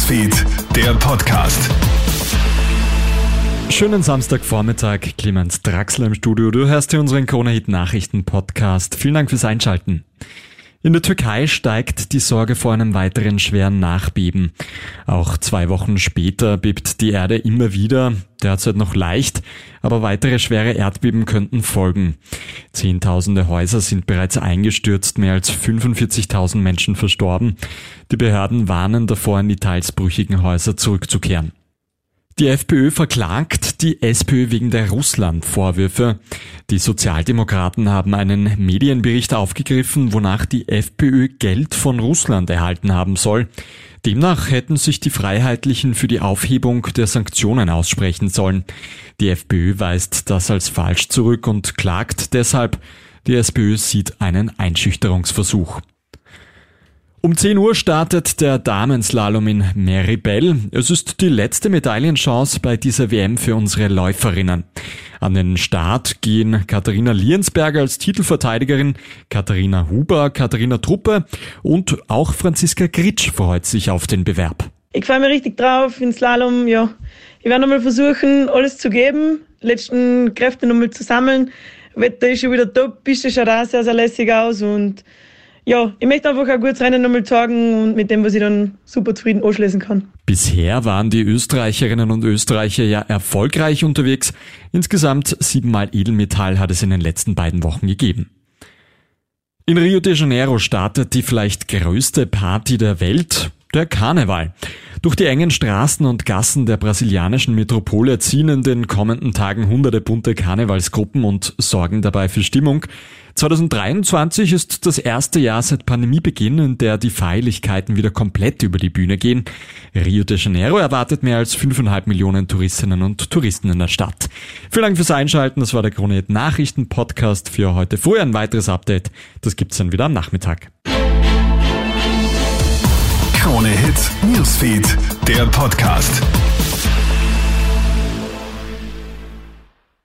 Newsfeed, der Podcast. Schönen Samstagvormittag, Clemens Draxler im Studio. Du hörst hier unseren Krone-Hit-Nachrichten-Podcast. Vielen Dank fürs Einschalten. In der Türkei steigt die Sorge vor einem weiteren schweren Nachbeben. Auch 2 Wochen später bebt die Erde immer wieder, derzeit noch leicht, aber weitere schwere Erdbeben könnten folgen. Zehntausende Häuser sind bereits eingestürzt, mehr als 45.000 Menschen verstorben. Die Behörden warnen davor, in die teils brüchigen Häuser zurückzukehren. Die FPÖ verklagt die SPÖ wegen der Russland-Vorwürfe. Die Sozialdemokraten haben einen Medienbericht aufgegriffen, wonach die FPÖ Geld von Russland erhalten haben soll. Demnach hätten sich die Freiheitlichen für die Aufhebung der Sanktionen aussprechen sollen. Die FPÖ weist das als falsch zurück und klagt deshalb. Die SPÖ sieht einen Einschüchterungsversuch. Um 10 Uhr startet der Damenslalom in Meribel. Es ist die letzte Medaillenchance bei dieser WM für unsere Läuferinnen. An den Start gehen Katharina Liensberger als Titelverteidigerin, Katharina Huber, Katharina Truppe und auch Franziska Gritsch freut sich auf den Bewerb. Ich freue mich richtig drauf in Slalom. Ja, ich werde nochmal versuchen, alles zu geben, letzten Kräfte nochmal zu sammeln. Wetter ist schon wieder top, Piste schaut auch sehr, sehr lässig aus und ja, ich möchte einfach ein gutes Rennen nochmal zeigen und mit dem, was ich dann super zufrieden anschließen kann. Bisher waren die Österreicherinnen und Österreicher ja erfolgreich unterwegs. Insgesamt 7-mal Edelmetall hat es in den letzten 2 Wochen gegeben. In Rio de Janeiro startet die vielleicht größte Party der Welt, der Karneval. Durch die engen Straßen und Gassen der brasilianischen Metropole ziehen in den kommenden Tagen hunderte bunte Karnevalsgruppen und sorgen dabei für Stimmung. 2023 ist das erste Jahr seit Pandemiebeginn, in der die Feierlichkeiten wieder komplett über die Bühne gehen. Rio de Janeiro erwartet mehr als 5,5 Millionen Touristinnen und Touristen in der Stadt. Vielen Dank fürs Einschalten, das war der Krone-Hit Nachrichten-Podcast für heute früh. Ein weiteres Update, das gibt's dann wieder am Nachmittag. Krone-Hit Newsfeed, der Podcast.